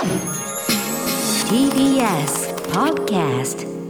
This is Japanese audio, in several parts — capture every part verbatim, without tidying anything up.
ティービーエス Podcast テ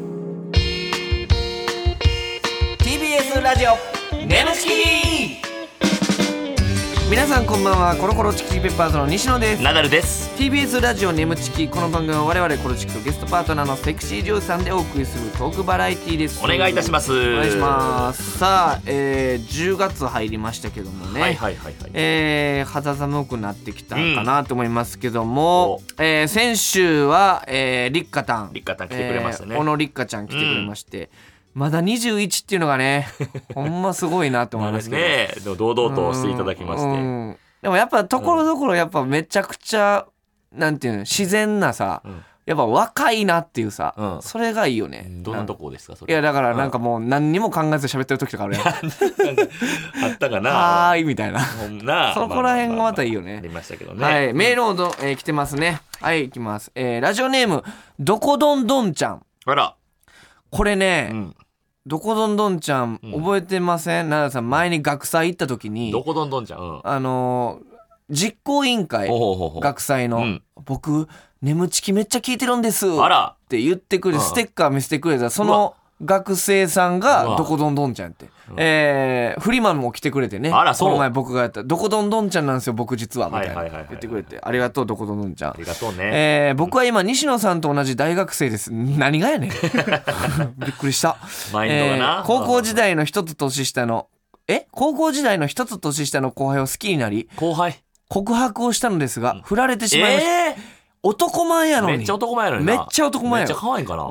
ィービーエス ラジオネムチキ。皆さんこんばんは。コロコロチキチキペッパーズの西野です。 ナダルです。 ティービーエス ラジオネムチキ。この番組は我々コロチキとゲストパートナーのセクシー女優さんでお送りするトークバラエティーです。 お願いいたします。 お願いします。さあ、えー、じゅうがつ入りましたけどもね、 はいはいはいはい、 えー、肌寒くなってきたかなと思いますけども、うん、えー、先週は、えー、リッカタンリッカタン来てくれましたね、 えー、小野リッカちゃん来てくれまして、うん、まだにじゅういちっていうのがねほんますごいなと思いますけどね。でも堂々としていただきまして、 うんうん、でもやっぱところどころやっぱめちゃくちゃ、うん、なんていうの自然なさ、うん、やっぱ若いなっていうさ、うん、それがいいよね。 どんなとこですかそれ。 いやだからなんかもう何にも考えず喋ってる時とかあるやんあったかなはーいみたいななそこら辺がまたいいよね、まあまあまあ、 ありましたけどね。 はい、メールをど、えー、来てますね。はいいきます、えー、ラジオネームどこどんどんちゃん。 あらこれね、うん、どこどんどんちゃん、 うん、 覚えてません？奈良さん前に学祭行った時にどこどんどんちゃん、うん、 あのー実行委員会学祭の、うん、僕眠ちきめっちゃ聞いてるんですって言ってくれてステッカー見せてくれたその学生さんがどこどんどんちゃんって、えー、フリマンも来てくれてね。 あらそう。 この前僕がやったどこどんどんちゃんなんですよ僕実はみたいな言ってくれてありがとうどこどんどんちゃん。 ありがとうね。 えー、僕は今西野さんと同じ大学生です。何がやねんびっくりしたマインドがな、 えー、高校時代の一つ年下のえ高校時代の一つ年下の後輩を好きになり後輩告白をしたのですが、うん、振られてしまいました、えー、男前やのにめっちゃ男前やのになめっちゃ男前やめっちゃ可愛いかな、 うん、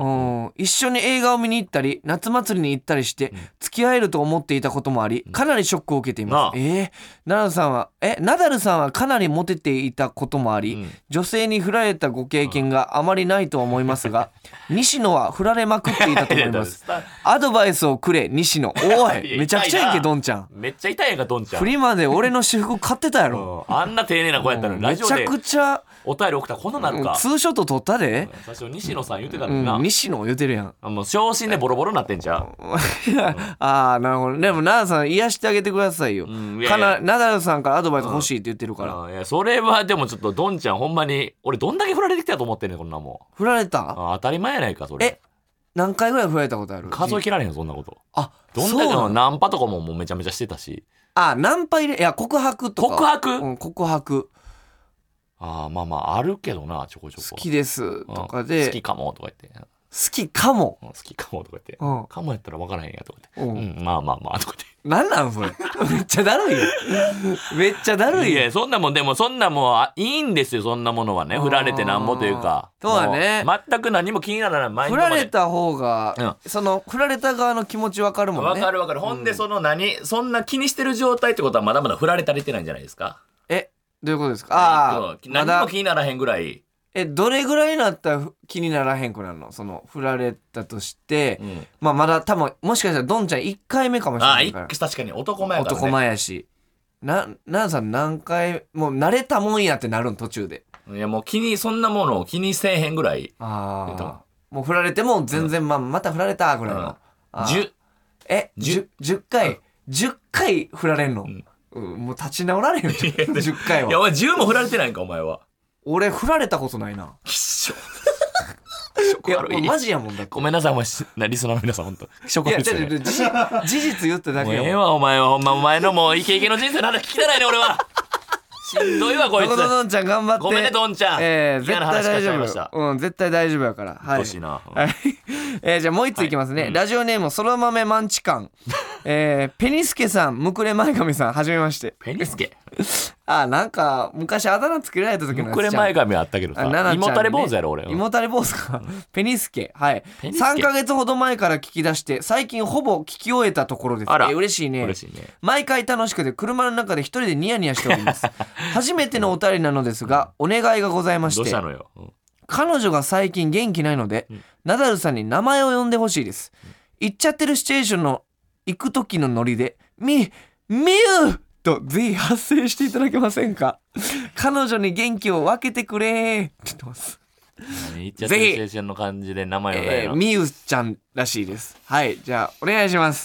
一緒に映画を見に行ったり夏祭りに行ったりして付き合えると思っていたこともありかなりショックを受けています、うん、えー、ナダルさんはえナダルさんはかなりモテていたこともあり、うん、女性に振られたご経験があまりないと思いますが、うん、西野は振られまくっていたと思いますアドバイスをくれ西野。おいめちゃくちゃいいけどんちゃんめっちゃ痛いやんかどんちゃん。 振りまで俺の私服買ってたやろ、 うん、あんな丁寧な子やったのにラジオでめちゃくちゃお便り送ったらこんななるか、 うん、ツーショット撮ったで、 最初西野さん言ってたのにな、 うん、西野言ってるやん。 あもう昇進でボロボロなってんじゃんああなるほど。でもナダルさん癒してあげてくださいよ、うん、いやいやかなナダルさんからアドバイス欲しいって言ってるから、 うん、いやそれはでもちょっとドンちゃんほんまに俺どんだけ振られてきたと思ってんねんこんなもん。 振られた？ あ当たり前やないかそれ。 え何回ぐらい振られたことある？ 数え切られへんそんなこと。 あどんだけのナンパとかももうめちゃめちゃしてたし。 あナンパ入れいや告白とか告白、 うん、告白あまあまああるけどなちょこちょこ好きですとかで、 うん、好きかもとか言って好きかも、 うん、好きかもとか言って、 うん、 かもやったら分からへんやとか言って、うんうん、まあまあまあとか言ってなんなんそれめっちゃだるいよめっちゃだるいよ。 いやそんなもんでもそんなもんいいんですよそんなものはね。振られてなんぼというかそうだね全く何も気にならないマインドまで振られた方が、 うん、 その振られた側の気持ち分かるもんね。 分かる分かる、うん、ほんでその何そんな気にしてる状態ってことはまだまだ振られたりってないんじゃないですか。 えどういうことですか。ああ何も気にならへんぐらい。 えどれぐらいになったら気にならへんくなるの？その振られたとして、うん、まあまだ多分もしかしたらドンちゃんいっかいめかもしれないから。 あ確かに男前やからね。 男前やしなナダさん何回もう慣れたもんやってなるん途中で。 いやもう気にそんなものを気にせえへんぐらい。 ああもう振られても全然、うん、まあまた振られたぐらいの、 うん、じゅえじゅじゅっかい、うん、じゅっかい振られんの、うんうん、もう立ち直られんよじゅっかいは。 いやお前じゅうも振られてないんかお前は。 俺振られたことないな。 きっしょいやマジやもんだって。 ごめんなさいお前リスナーの皆さん本当気色悪いですよね。 事実言っただけやもん。 もうええわお前はほんまお前のもうイケイケの人生の話聞きたないね俺はしんどいわこいつ。 どこどんちゃん頑張って。 ごめんねどんちゃん、 えー、絶対大丈夫。うん絶対大丈夫やから。はい。 しな、うん、 はい。えー、じゃあもう一ついきますね、はい、ラジオネームそら豆マンチカンえー、ペニスケさんむくれ前髪さんはじめまして。 ペニスケあなんか昔あだ名つけられた時のやつ。 むくれ前髪あったけどさ、ね、胃もたれ坊主やろ俺。 胃もたれ坊主かペニスケはいさんかげつほど前から聞き出して最近ほぼ聞き終えたところです。 あら、 えー、嬉しいね。 嬉しいね。 毎回楽しくて車の中で一人でニヤニヤしております初めてのお便りなのですがお願いがございまして。 どうしたのよ、うん、 彼女が最近元気ないので、うん、ナダルさんに名前を呼んでほしいです、うん、行っちゃってるシチュエーションの行く時のノリでみみゆとぜひ発声していただけませんか彼女に元気を分けてくれーって言ってます。 行っちゃってるシチュエーションの感じで名前を呼んで、 えー、みゆちゃんらしいです。はいじゃあお願いします。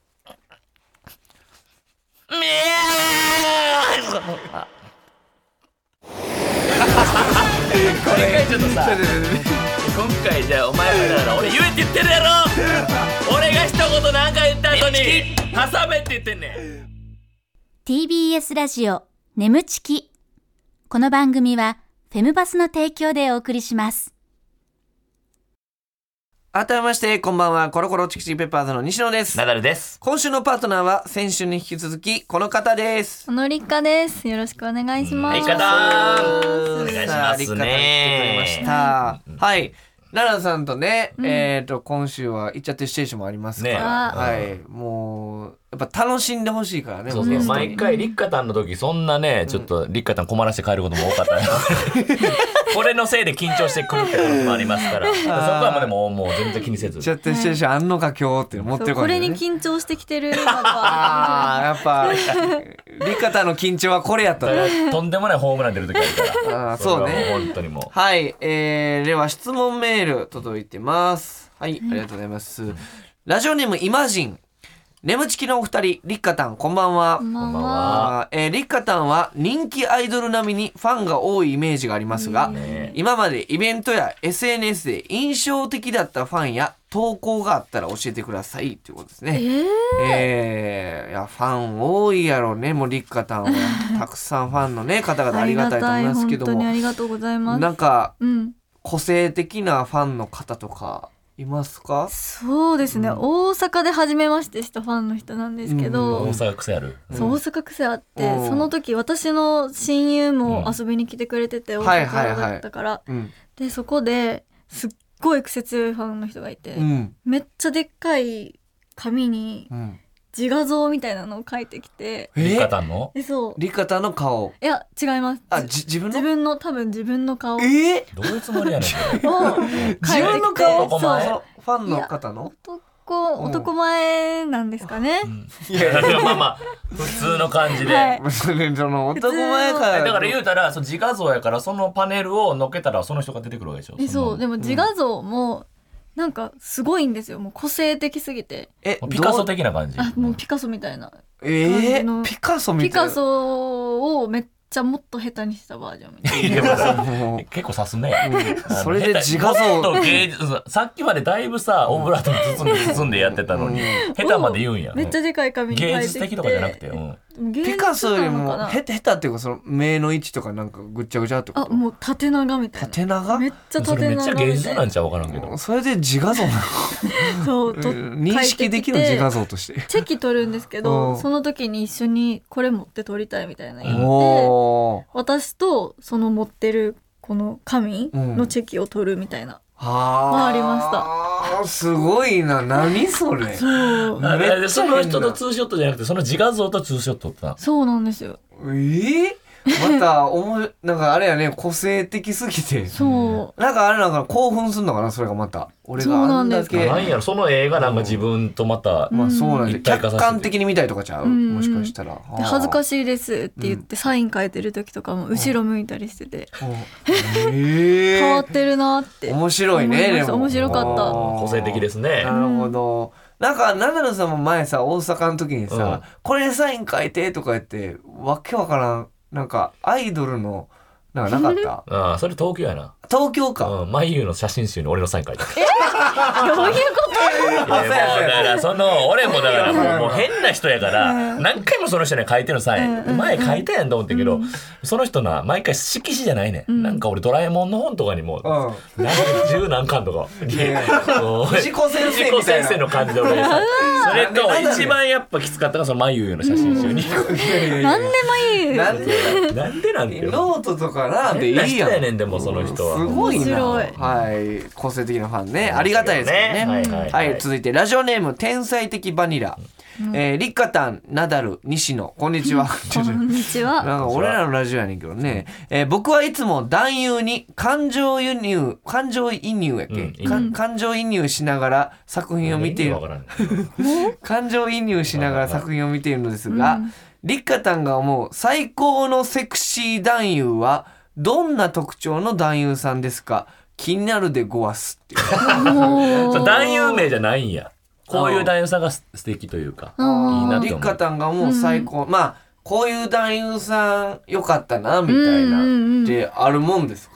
みゆこれょっとさ今回じゃあお前らだから俺言えって言ってるやろ俺が一言なんか言った後に挟めって言ってんねん。 ティービーエス ラジオ眠ちき。この番組はフェムバスの提供でお送りします。 改めましてこんばんは、コロコロチキチキペッパーズの西野です。 ナダルです。 今週のパートナーは先週に引き続きこの方です。 小野立花です。よろしくお願いします。 立花だーお願いしますね。 さあ立花さん来てくれました、うん、はい奈良さんとね、うん、えーと今週は行っちゃってるステージもありますから、ね、はい、もうやっぱ楽しんでほしいからね。 そうそう、毎回立花丹の時そんなね、うん、ちょっと立花丹困らせて帰ることも多かったねこれのせいで緊張してくるってこともありますからそこはもうでももう全然気にせず、 ちょっとステージあんのか今日って思ってるからね。 これに緊張してきてるあやっぱ立花丹の緊張はこれやったねとんでもないホームラン出る時あるからあそうね、 本当にもうはい、えー、では質問メール届いてます。はい、ありがとうございます、うん、ラジオネームイマジン。眠ちきのお二人、立花丹こんばんは。 こんばんは。 えー、立花丹は人気アイドル並みにファンが多いイメージがありますが、今までイベントや エスエヌエス で印象的だったファンや投稿があったら教えてくださいということですね。 えーえー、いやファン多いやろうね。もう立花丹はたくさんファンの、ね、方々ありがたいと思いますけども、 本当にありがとうございます。 なんか、 うん、 個性的なファンの方とかいますか？ そうですね、うん、大阪で初めましてしたファンの人なんですけど、 うん、大阪癖ある、 そう、大阪癖あって、うん、その時私の親友も遊びに来てくれてて、うん、大阪だったから、はいはいはい、でそこですっごい癖強いファンの人がいて、うん、めっちゃでっかい紙に、うん自画像みたいなのを描いてきて、 立花丹の？ え、そう。 立花丹の顔。 いや違います。 あ、じ自分の？ 自分の多分自分の顔。 えー、 どういうつもりやねん。 自分の顔。そうそう。ファンの方の？ 男男前なんですかね。うん、 いやいやまあまあ普通の感じで。はい、 その男前かだから言うたらその自画像やからそのパネルをのっけたらその人が出てくるわけでしょ。 え、そうでも自画像も。うんなんかすごいんですよ。もう個性的すぎて。 え、ピカソ的な感じ？ あ、もうピカソみたいな。 えー、ピカソみたいな。 ピカソをめっちゃもっと下手にしたバージョンみたいな。 結構さすね、 うん。それで自画像と芸術さっきまでだいぶさオブラートに包んで包んでやってたのに、うん、下手まで言うんや。 めっちゃでかい紙に書いてきて。 芸術的とかじゃなくて。 うん、 ピカソよりも下手下手っていうかその目の位置とかなんかぐっちゃぐちゃってこと？ あ、もう縦長みたいな。 縦長？ めっちゃ縦長みたいな。 それめっちゃ芸術なんちゃう分からんけど。 それで自画像なの？ そうと認識できる自画像として。 チェキ取るんですけど、その時に一緒にこれ持って撮りたいみたいな言って、私とその持ってるこの紙のチェキを取るみたいな。ありました。 すごいな。何それ。 そう 。その人とツーショットじゃなくてその自画像とツーショットってた。 そうなんですよ。 えー、またおもなんかあれやね、個性的すぎて。 そう。 なんかあれなんか興奮するのかな、それがまた。俺があんだけ。 なんやろ、その映画なんか自分とまた、 まあそうなんです。客観的に見たいとかちゃう、うん、もしかしたら。 恥ずかしいですって言ってサイン書いてる時とかも後ろ向いたりしてて、うん、変わってるなって。 面白いね。でも面白かった。 個性的ですね。 なるほど。なんかナダルさんも前さ大阪の時にさ、うん、これサイン書いてとか言ってわけわからんなんかアイドルのなんかなかったああそれ東京やな。 東京か。 うん、マイユーの写真集に俺のサイン書いてる。 えどういうこと？ いやもうだからその俺もだからもうもう変な人やから何回もその人に書いてるサイン前書いたやんと思ったけど、その人な毎回色紙じゃないねん。なんか俺ドラえもんの本とかにも十何巻とか藤子先生みたいなの感じで俺それと一番やっぱきつかったのがそのマイユーの写真集に。 なんでマイユー？ なんでなんでなんてノートとかなでいいやん。 変な人やねんでもその人は。 すごいな。はい、個性的なファンね、ありがたいですよね。はい、はいはい、続いてラジオネーム天才的バニラ、うんえー、立花丹、ナダル、西野、こんにちは。 こんにちは。 なんか俺らのラジオやねんけどね、えー、僕はいつも男優に感情輸入感情移入やっけ、うん、感情移入しながら作品を見ている感情移入しながら作品を見ているのですが、うん、立花丹が思う最高のセクシー男優はどんな特徴の男優さんですか？気になるでごわすっていう。 男優名じゃないんや。こういう男優さんが素敵というかいいなって思う。 立花丹がもう最高、うん、まあこういう男優さん良かったなみたいなってあるもんですか？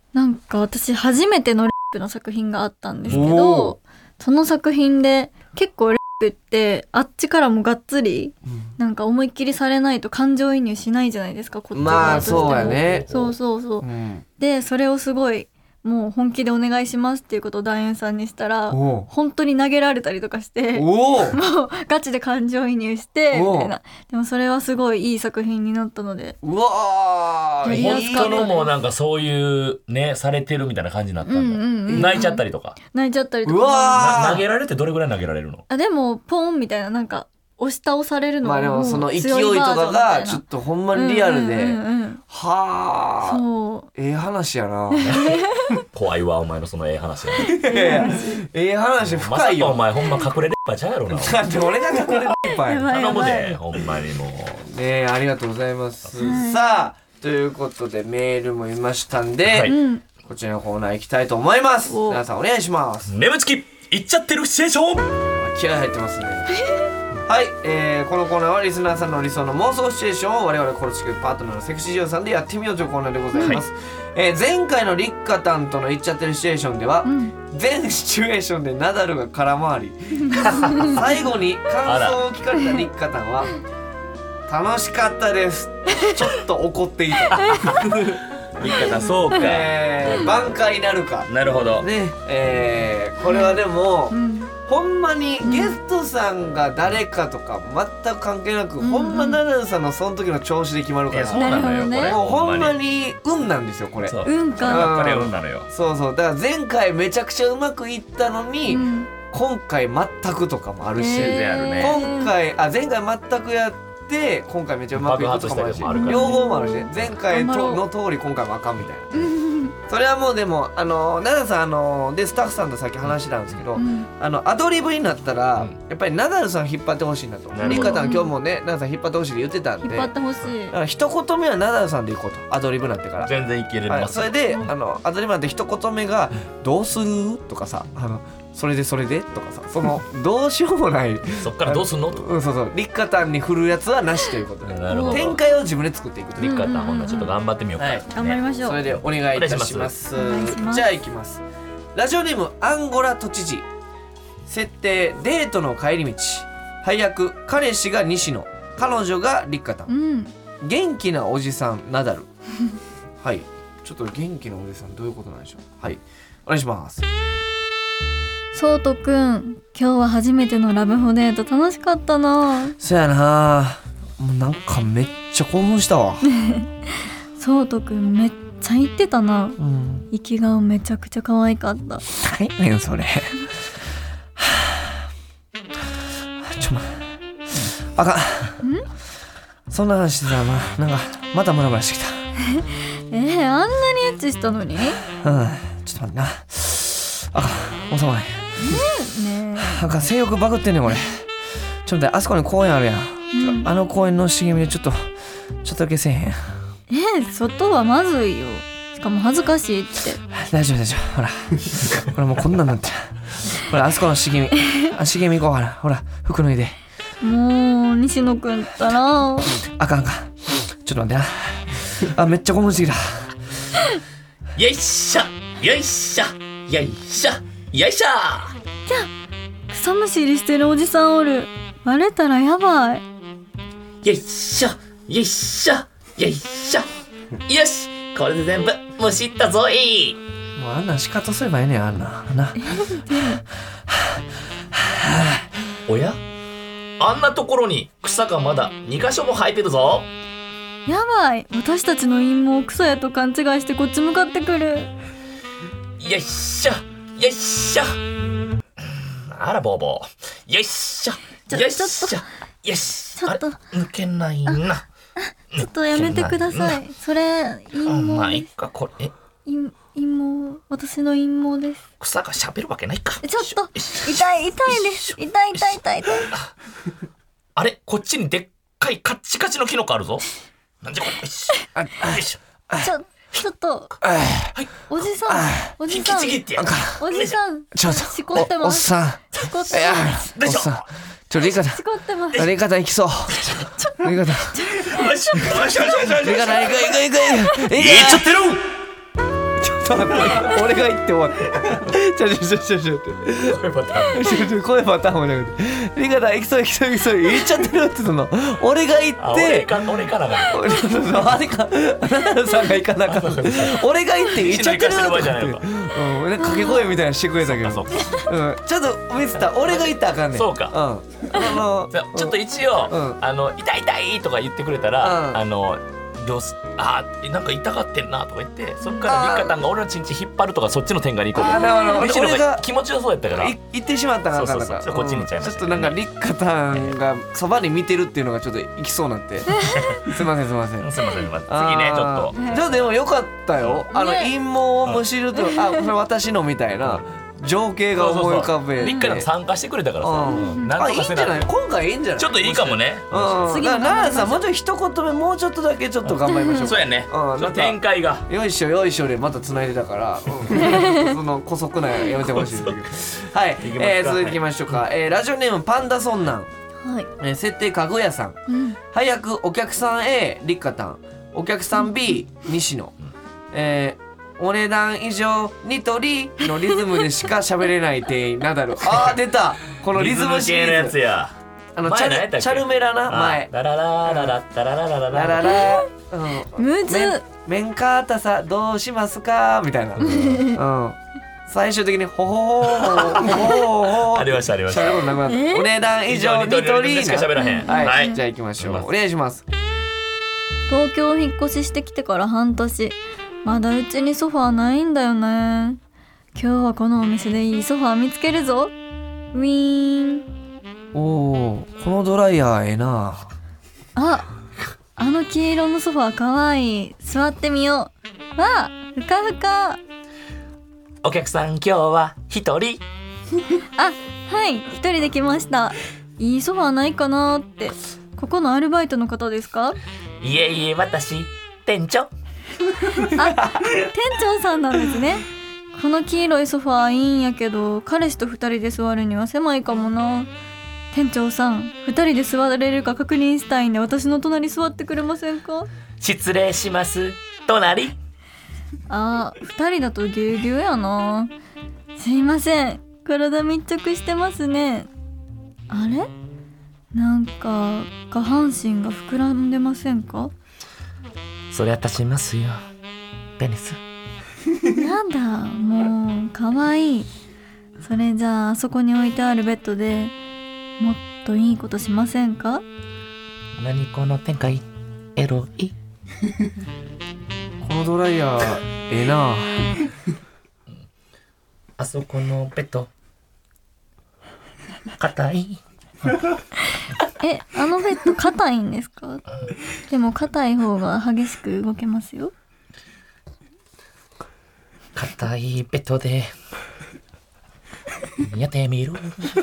なんか私初めてのレップの作品があったんですけど、その作品で結構レップってあっちからもがっつりなんか思いっきりされないと感情移入しないじゃないですか、こっち側としても。 まあそうやね。 そうそうそう、 うん、 でそれをすごいもう本気でお願いしますっていうことを団員さんにしたら本当に投げられたりとかしてもうガチで感情移入してみたいな。でもそれはすごいいい作品になったので、 うわー本当のもうなんかそういうねされてるみたいな感じになったんだ、うんうんうん、泣いちゃったりとか泣いちゃったりとか。 うわ投げられてどれぐらい投げられるの？ あでもポンみたいな、なんか押し倒されるのまあでもその勢いとかがちょっとほんまにリアルで、うんうんうんうん、はあそうええ話やな怖いわお前のそのええ話やええ話深いよ。 まさかお前ほんま隠れレッパーちゃうやろな。 だって俺が隠れレッパーや頼むでほんまにもうねえありがとうございます、はい、さあということでメールも見ましたんで、はい、こちらのコーナー行きたいと思います。皆さんお願いします。 眠ちき行っちゃってるシチュエーション。 気合入ってますねはい、えー、このコーナーはリスナーさんの理想の妄想シチュエーションを我々コロチキパートナーのセクシージョーさんでやってみようというコーナーでございます、はいえー、前回のリッカタンとの言っちゃってるシチュエーションでは、うん、全シチュエーションでナダルが空回り最後に感想を聞かれたリッカタンは楽しかったですちょっと怒っていたリッカタンそうか、 えー、挽回なるかなるほどねえー、これはでも、うんほんまにゲストさんが誰かとか全く関係なく、うん、ほんまナダルさんのその時の調子で決まるから、 そうなのよ、 ね、 これもうほんまに運なんですよこれ。 運かやっぱり運なのよ。 そうそうだから前回めちゃくちゃうまくいったのに、うん、今回全くとかもあるし、 えー、 今回あ前回全くやって今回めっちゃうまくいくとかもあるし、両方もあるし、ね、前回との通り今回もあかんみたいな、うんそれはもうでもあのナダルさんあのでスタッフさんとさっき話してたんですけど、うん、あのアドリブになったら、うん、やっぱりナダルさん引っ張ってほしいなと。リカタン今日もね、うん、ナダルさん引っ張ってほしいって言ってたんで、 引っ張ってほしい。 だから一言目はナダルさんでいこうとアドリブになってから全然いけれます、 はい、それであのアドリブなんて一言目がどうするとかさあのそれでそれでとかさそのどうしようもないそっからどうすんのと、 うん、そうそうリッカタンに振るやつはなしということで展開を自分で作っていくと。 リッカタンほんなちょっと頑張ってみようか、はい、 頑張りましょう。 それでお願いいたします。じゃあいきます。ラジオネームアンゴラ都知事。設定デートの帰り道。配役彼氏が西野彼女がリッカタン、うん、元気なおじさんナダルはいちょっと元気なおじさんどういうことなんでしょう。はいお願いします。 そうとくん今日は初めてのラブホデート楽しかったな。 そやなもうなんかめっちゃ興奮したわそうとくんめっちゃ言ってたな、うん、生き顔めちゃくちゃ可愛かった。 何やねんそれちょまあかんんそんな話してたらななんかまたムラムラしてきたえー、あんなにエッチしたのに。うんちょっと待ってなあかん収まらへんねえなんか性欲バグってんねんこれ。ちょっと待ってあそこに公園あるやん、うん、あの公園の茂みでちょっとちょっとだけせえへん。 えー、外はまずいよ。しかも恥ずかしいって。 大丈夫大丈夫ほらほらもうこんなんなってるほらあそこの茂みあ茂み行こうかな。ほら服脱いで。 もう西野くんったらあかんあかんちょっと待ってなあめっちゃ興奮してきたよいしょよいしょよいしょよいしょ。 じゃあ草むしりしてるおじさんおる。バレたらやばい。 よいしょよいしょよいしょよしこれで全部むしったぞい。 もうあんなん仕方すればええねんあんななおやあんなところに草がまだにかしょも生えてるぞ。 やばい私たちの陰謀を草やと勘違いしてこっち向かってくる。 よいしょよいしょあらボーボーよいしょよいしょよしちょっと抜けないな。 ちょっとやめてください。それ陰謀まあいいかこれ陰陰謀私の陰謀です。 草が喋るわけないか。 ちょっと痛い痛いです痛い痛い痛い痛いあれこっちにでっかいカッチカチのキノコあるぞ。なんじゃこれ。よいしょよいしょちょちょっと、はい、おじさん、おじさん、おじさん、 ちょっと、 しこってます。 おっさん、 しこってます。 おっさん、ちょ、リカタ、 しこってます。 リカタ行きそう。リカタ、リカタ、行く行く行く行く。 言っちゃってる。 ちょっと、 と待って俺が言って終わってちょちょちょちょちょ声パターンちょちょ声パターンもなくてリカタ行きそう行きそう行きそう言っちゃってるってその俺が言って俺か俺かなかったあれかナダルさんが行かなかった俺が言って言っちゃってるって場合じゃないのかうん、掛け声みたいなしてくれたけど、うん、ちょっとミスった俺が言ったらあかんねんそうか、 うん、あのちょっと一応、 うん、 あの痛い痛いとか言ってくれたら、 うん、 あのどうすあなんか痛がってんなとか言ってそっからリカタンが俺のチンチ引っ張るとかそっちの点がに行こうと思ってむしろ気持ちよそうやったから言ってしまったらあかんからこっちに行っちゃいました、 ちょっとなんかリカタンがそばに見てるっていうのがちょっといきそうになってすいませんすいませんすいません次ねちょっとじゃあでもよかったよあの陰謀をむしるとあこれ私のみたいな情景が思い浮かべてリカタン参加してくれたからさ、うん、なんとかせなあいいんじゃない今回いいんじゃないちょっといいかもね、 うん、次の奈良さんもうちょい一言目もうちょっとだけちょっと頑張りましょうそうやね、うん、展開がよいしょよいしょでまた繋いでたから、うん、その姑息なやめてほしいはい、えー、続いていきましょうか、はいえー、ラジオネームパンダソンナン、はいえー、設定かぐやさん、うん、早くお客さん A リッカタンお客さん B 西野、えーお値段以上ニトリのリズムでしか喋れない店員ナダルあー出たこのリズムシリーズリズム系のやつやあのチャルチャルメラな前ラララララララララララララむず麺硬さどうしますかみたいなうん最終的にほほほほほほありましたありましたお値段以上ニトリしか喋らへんはいじゃあ行きましょうお願いします東京引っ越ししてきてから半年まだうちにソファーないんだよね。今日はこのお店でいいソファー見つけるぞ。ウィーン。 おー、このドライヤーええな。 あ、あの黄色のソファーかわいい。座ってみよう。わあ、ふかふか。 お客さん今日は一人あ、はい一人で来ました。いいソファーないかなって。ここのアルバイトの方ですか？ いえいえ私店長あ、店長さんなんですね。この黄色いソファーいいんやけど彼氏と二人で座るには狭いかもな。店長さん二人で座れるか確認したいんで私の隣座ってくれませんか？ 失礼します隣。 あー、二人だとぎゅうぎゅうやな。すいません体密着してますね。あれなんか下半身が膨らんでませんか？ それ私いますよペニス。 なんだもうかわいい。それじゃああそこに置いてあるベッドでもっといいことしませんか？ 何この展開エロい。 このドライヤーええな。 あそこのベッド硬い。 え、あのベッド硬いんですか？でも硬い方が激しく動けますよ。 硬いベッドでやってみる。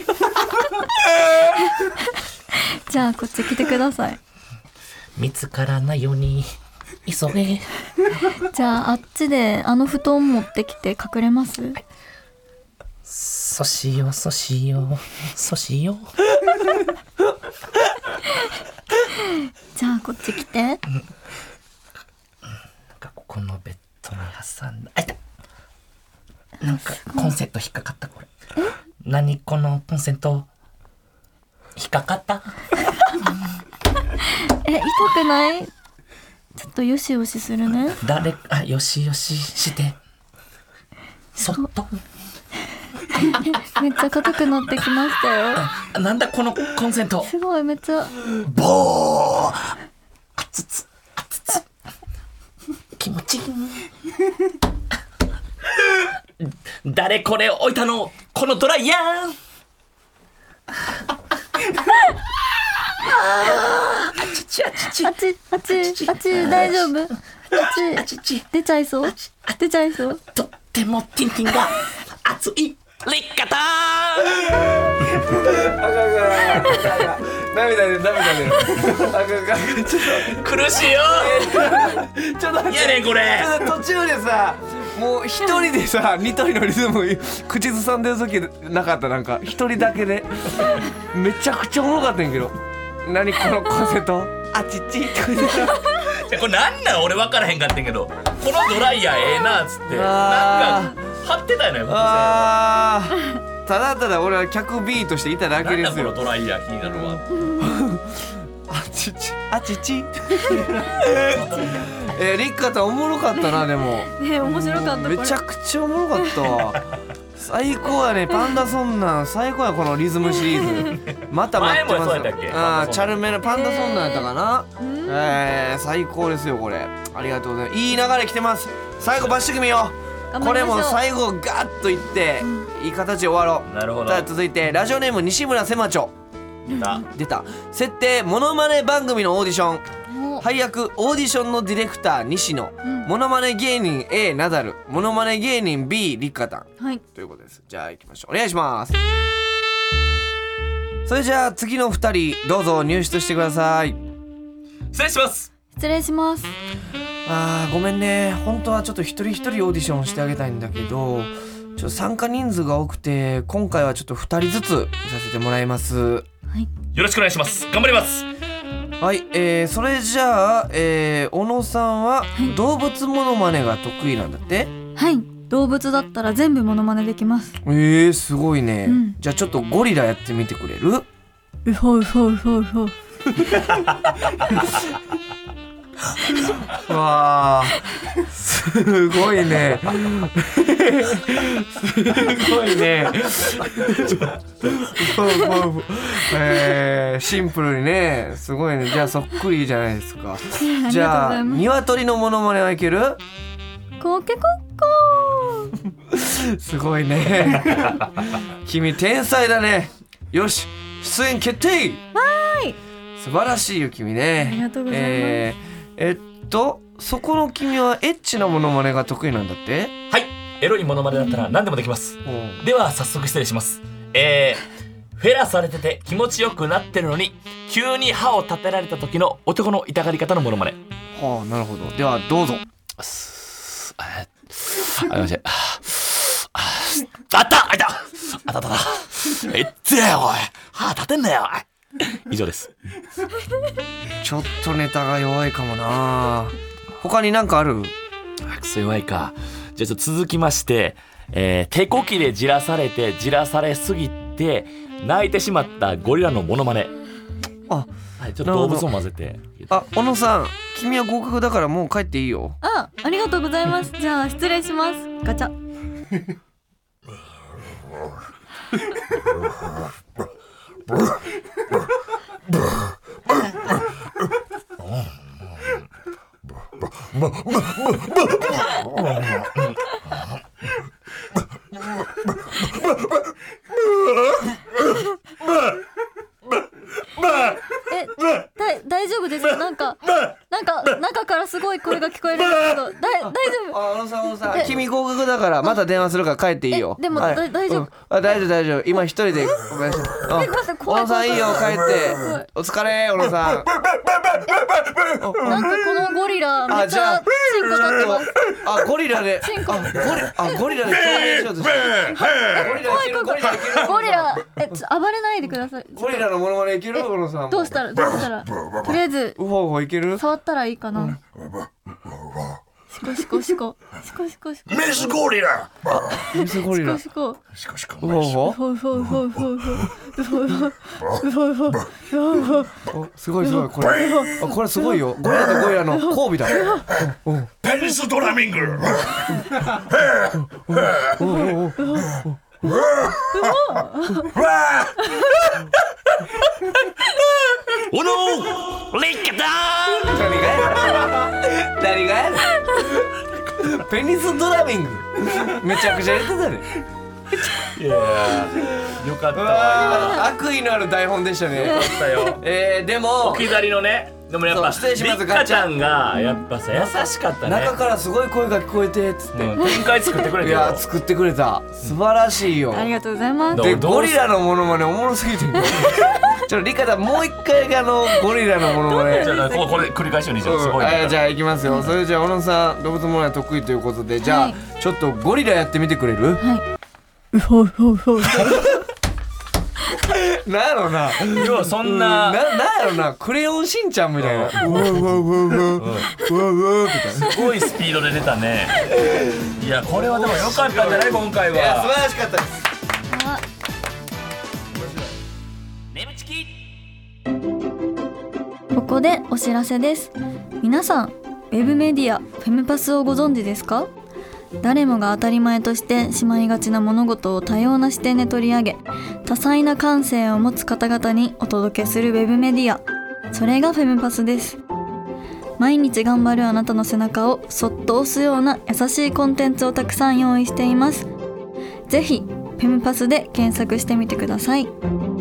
じゃあこっち来てください。 見つからないように急げ。 じゃああっちであの布団持ってきて隠れます？ そしようそしようそしよう。 じゃあこっち来て。なんかここのベッドに挟んだ。あいた。なんかコンセント引っかかったこれ。何このコンセント引っかかった。 え、痛くない？ちょっとよしよしするね。 誰あよしよししてそっと。 めっちゃ硬くなってきましたよ。 なんだこのコンセント。 すごいめっちゃボーあつつあつつ気持ちいい。誰これ置いたのこのドライヤー。あちちあちちあちあちあち大丈夫？あち出ちゃいそう出ちゃいそう。 とってもティンティンが熱い。リッカター涙で涙で苦しいよ。 ちょっとやねんこれ。 途中でさもう一人でさニトリのリズム口ずさんでる時なかった。なんか一人だけでめちゃくちゃおもろかったんやけど何このコンセントあちっちってこれこれなんなん俺分からへんかったんやけどこのドライヤーええなっつってなんか貼ってたよね。 あーただただ俺は客 B としていただけですよ。 なんだこのドライヤー気になるわ。 あちちあちちえー、リッカタおもろかったな。でもね面白かった。 めちゃくちゃおもろかったわ最高やね。パンダソンナン最高や。このリズムシリーズまた待ってます。 前もそうやったっけ。 あチャルメラパンダソンナンやったかな。えー、えー、最高ですよこれ。ありがとうございます。いい流れ来てます。最後バッシュ組よ。これも最後ガッといって、うん、いい形で終わろう。 なるほど。 さあ続いてラジオネーム西村せまちょ。出た出た。設定モノマネ番組のオーディション。配役オーディションのディレクター西野、うん、モノマネ芸人 A ナダル、モノマネ芸人 B リッカタン、はい、ということです。じゃあ行きましょう。お願いします。それじゃあ次のふたりどうぞ入室してください。 失礼します。 失礼します。 あーごめんね。本当はちょっと一人一人オーディションしてあげたいんだけど、ちょっと参加人数が多くて今回はちょっとふたりずつさせてもらいます。はい、 よろしくお願いします。頑張ります。 はい、えー、それじゃあ、えー、小野さんは動物モノマネが得意なんだって？ はい、動物だったら全部モノマネできます。 えー、すごいね、うん、じゃあちょっとゴリラやってみてくれる？ うほうほうほうほうわーすごいねすごいねえー、シンプルにねすごいね。じゃあそっくりじゃないですか。じゃあ鶏のモノマネはいける？ コケコッコーすごいね君天才だね。よし出演決定。 わーい素晴らしいよ君ね。 ありがとうございます。 えーえっとそこの君はエッチなモノマネが得意なんだって？ はい、エロいモノマネだったら何でもできます、うん、では早速失礼します。えー、フェラされてて気持ちよくなってるのに急に歯を立てられた時の男の痛がり方のモノマネ。 はあ、なるほど。ではどうぞ。 あああったあったあったあったえってやおい歯立てんなよ。以上です。 ちょっとネタが弱いかもな。他に何かある？ くそ弱いか。じゃあちょっと続きまして、えー、手こきでじらされてじらされすぎて泣いてしまったゴリラのモノマネ。 あ、 はい、ちょっと動物を混ぜて。 あ、小野さん君は合格だからもう帰っていいよ。 あ、ありがとうございます。じゃあ失礼します。ガチャえ、だ大丈夫ですか？なんかなんか中からすごい声が聞こえるんですけど、だ大丈夫？ あ、小野さん小野さん君合格だからまた電話するから帰っていいよ。 でも、はい、大丈夫、うん、 あ大丈夫大丈夫今一人でごめんなさい。小野さんいいよ帰ってお疲れ小野さん。 なんかこのゴリラめっちゃチンコ立ってます。 あゴリラでチンコあゴリあゴリラで共鳴しようとしてゴリラいけるゴリラいけるゴリラえちょ暴れないでください。 ゴリラのモノマネいける小野さん。 どうしたらどうしたらとりあえずウホウホいける？ 触ったらいいかな、うん、シコシコシコシコシコシコメスゴリラメスゴリラシコシコシコウホウホウホウホウホウホウホウホウホウすごいすごいこれあこれすごいよ。ゴリラとゴリラの交尾だ。 ペニスドラミングおのリッカター何がや何がやペニスドラミングめちゃくちゃやってたね。 いやよかったわ。 悪意のある台本でしたね。 よかったよ。 えー、でも置き去りのね。でもやっぱ失礼しますリッカちゃんがやっぱさ優しかったね。 中からすごい声が聞こえてっつって、 うん、展開作ってくれていや作ってくれた素晴らしいよ。 ありがとうございます。 でゴリラのモノマネおもろすぎてちょっとリカちゃんもう一回あのゴリラのモノマネじゃあここれ繰り返しようにしよう。すごい、ね、 うん、じゃあいきますよ。それじゃあ小野さん動物モノマネ得意ということでじゃあ、はい、ちょっとゴリラやってみてくれる？ はい。うほうほうほうなんやろな今日そんな、 な、なんやろなクレヨンしんちゃんみたいなうわうわうわうわうわうわみたいなすごいスピードで出たね。いやこれはでも良かったんじゃない今回は。 いや素晴らしかったです。 眠ちき。 ここでお知らせです。皆さん、ウェブメディアフェムパスをご存知ですか？誰もが当たり前としてしまいがちな物事を多様な視点で取り上げ、多彩な感性を持つ方々にお届けするウェブメディア、それがフェムパスです。毎日頑張るあなたの背中をそっと押すような優しいコンテンツをたくさん用意しています。ぜひフェムパスで検索してみてください。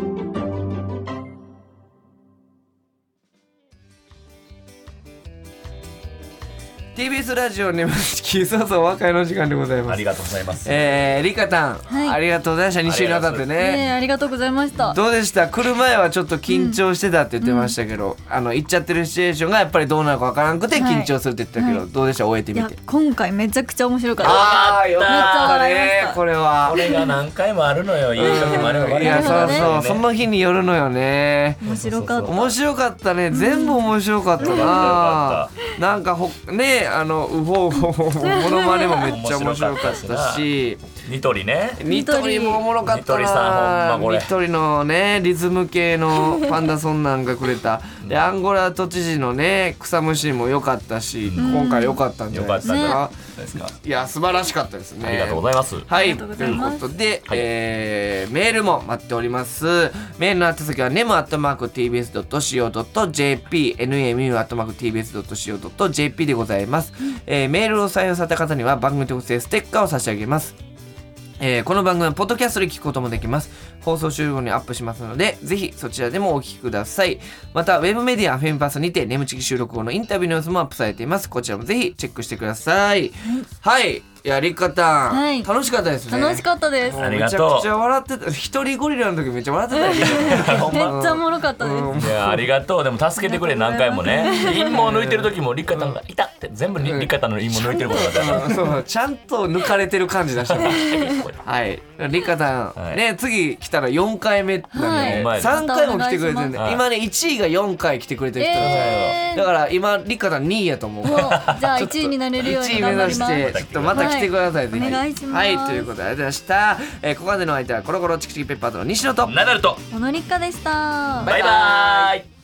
ティービーエス ラジオ眠ちきそうそうお別れの時間でございます。 ありがとうございます。 えー、リカタン、 はい、 ありがとうございました。に週にわたってね、 ね、ありがとうございました。 どうでした？来る前はちょっと緊張してたって言ってましたけど、うん、あの行っちゃってるシチュエーションがやっぱりどうなるかわからなくて緊張するって言ってたけど、はい、どうでした？終えてみて。 いや今回めちゃくちゃ面白かった。 あーよかっめっちゃた笑いましねた。 これはこれが何回もあるのよ。いい時もあれば悪い時もあるのね。 いやそうそう、その日によるのよね。 面白かった。 面白かったね。全部面白かったな。なんかほねあのウホウホモノマネもめっちゃ面白かったし、 ニトリね。 ニトリもおもろかったな。 ニトリさんほんまこれ。 ニトリのねリズム系のパンダソンなんがくれた。でアンゴラ都知事のね草むしりも良かったし、うん、今回良かったんじゃないですか。 良かったですか。 いや素晴らしかったですね。 ありがとうございます。 はい、ということで、はい、えー、メールも待っております。メールの宛先は ネム アットマーク ティービーエス ドット シーオー ドット ジェーピー ネム アットマーク ティービーエス ドット シーオー ドット ジェーピー でございます、えー、メールを採用された方には番組特製ステッカーを差し上げます。えー、この番組はポッドキャストで聞くこともできます。放送終了後にアップしますので、ぜひそちらでもお聞きください。またウェブメディアフェムパスにて眠ちき収録後のインタビューの様子もアップされています。こちらもぜひチェックしてください。はい、はい、いやリカタン、はい、楽しかったですね。 楽しかったです。 ありがとう。 めちゃくちゃ笑ってた。一人ゴリラの時めっちゃ笑ってたよね。 めっちゃおもろかったです、 うん、いやありがとう。でも助けてくれ何回もね。陰謀抜いてる時もリカタンがいたって全部リカタンの陰謀抜いてることだった。 そうちゃんと抜かれてる感じ出したはい、リカタン、はい、ね次来たらよんかいめなんで、はい、さんかいも来てくれてるんで、はい、今ねいちいがよんかい来てくれてる人なんですよ、えー、だから今リカタンにいやと思う。 じゃあいちいになれるように頑張ります。 いちい目指してちょっとまた来てください、 はい、お願いします。 はい、ということでありがとうございました、えー、ここまでの相手はコロコロチキチキペッパーとの西野とナダルと小野立花でした。 バイバーイ。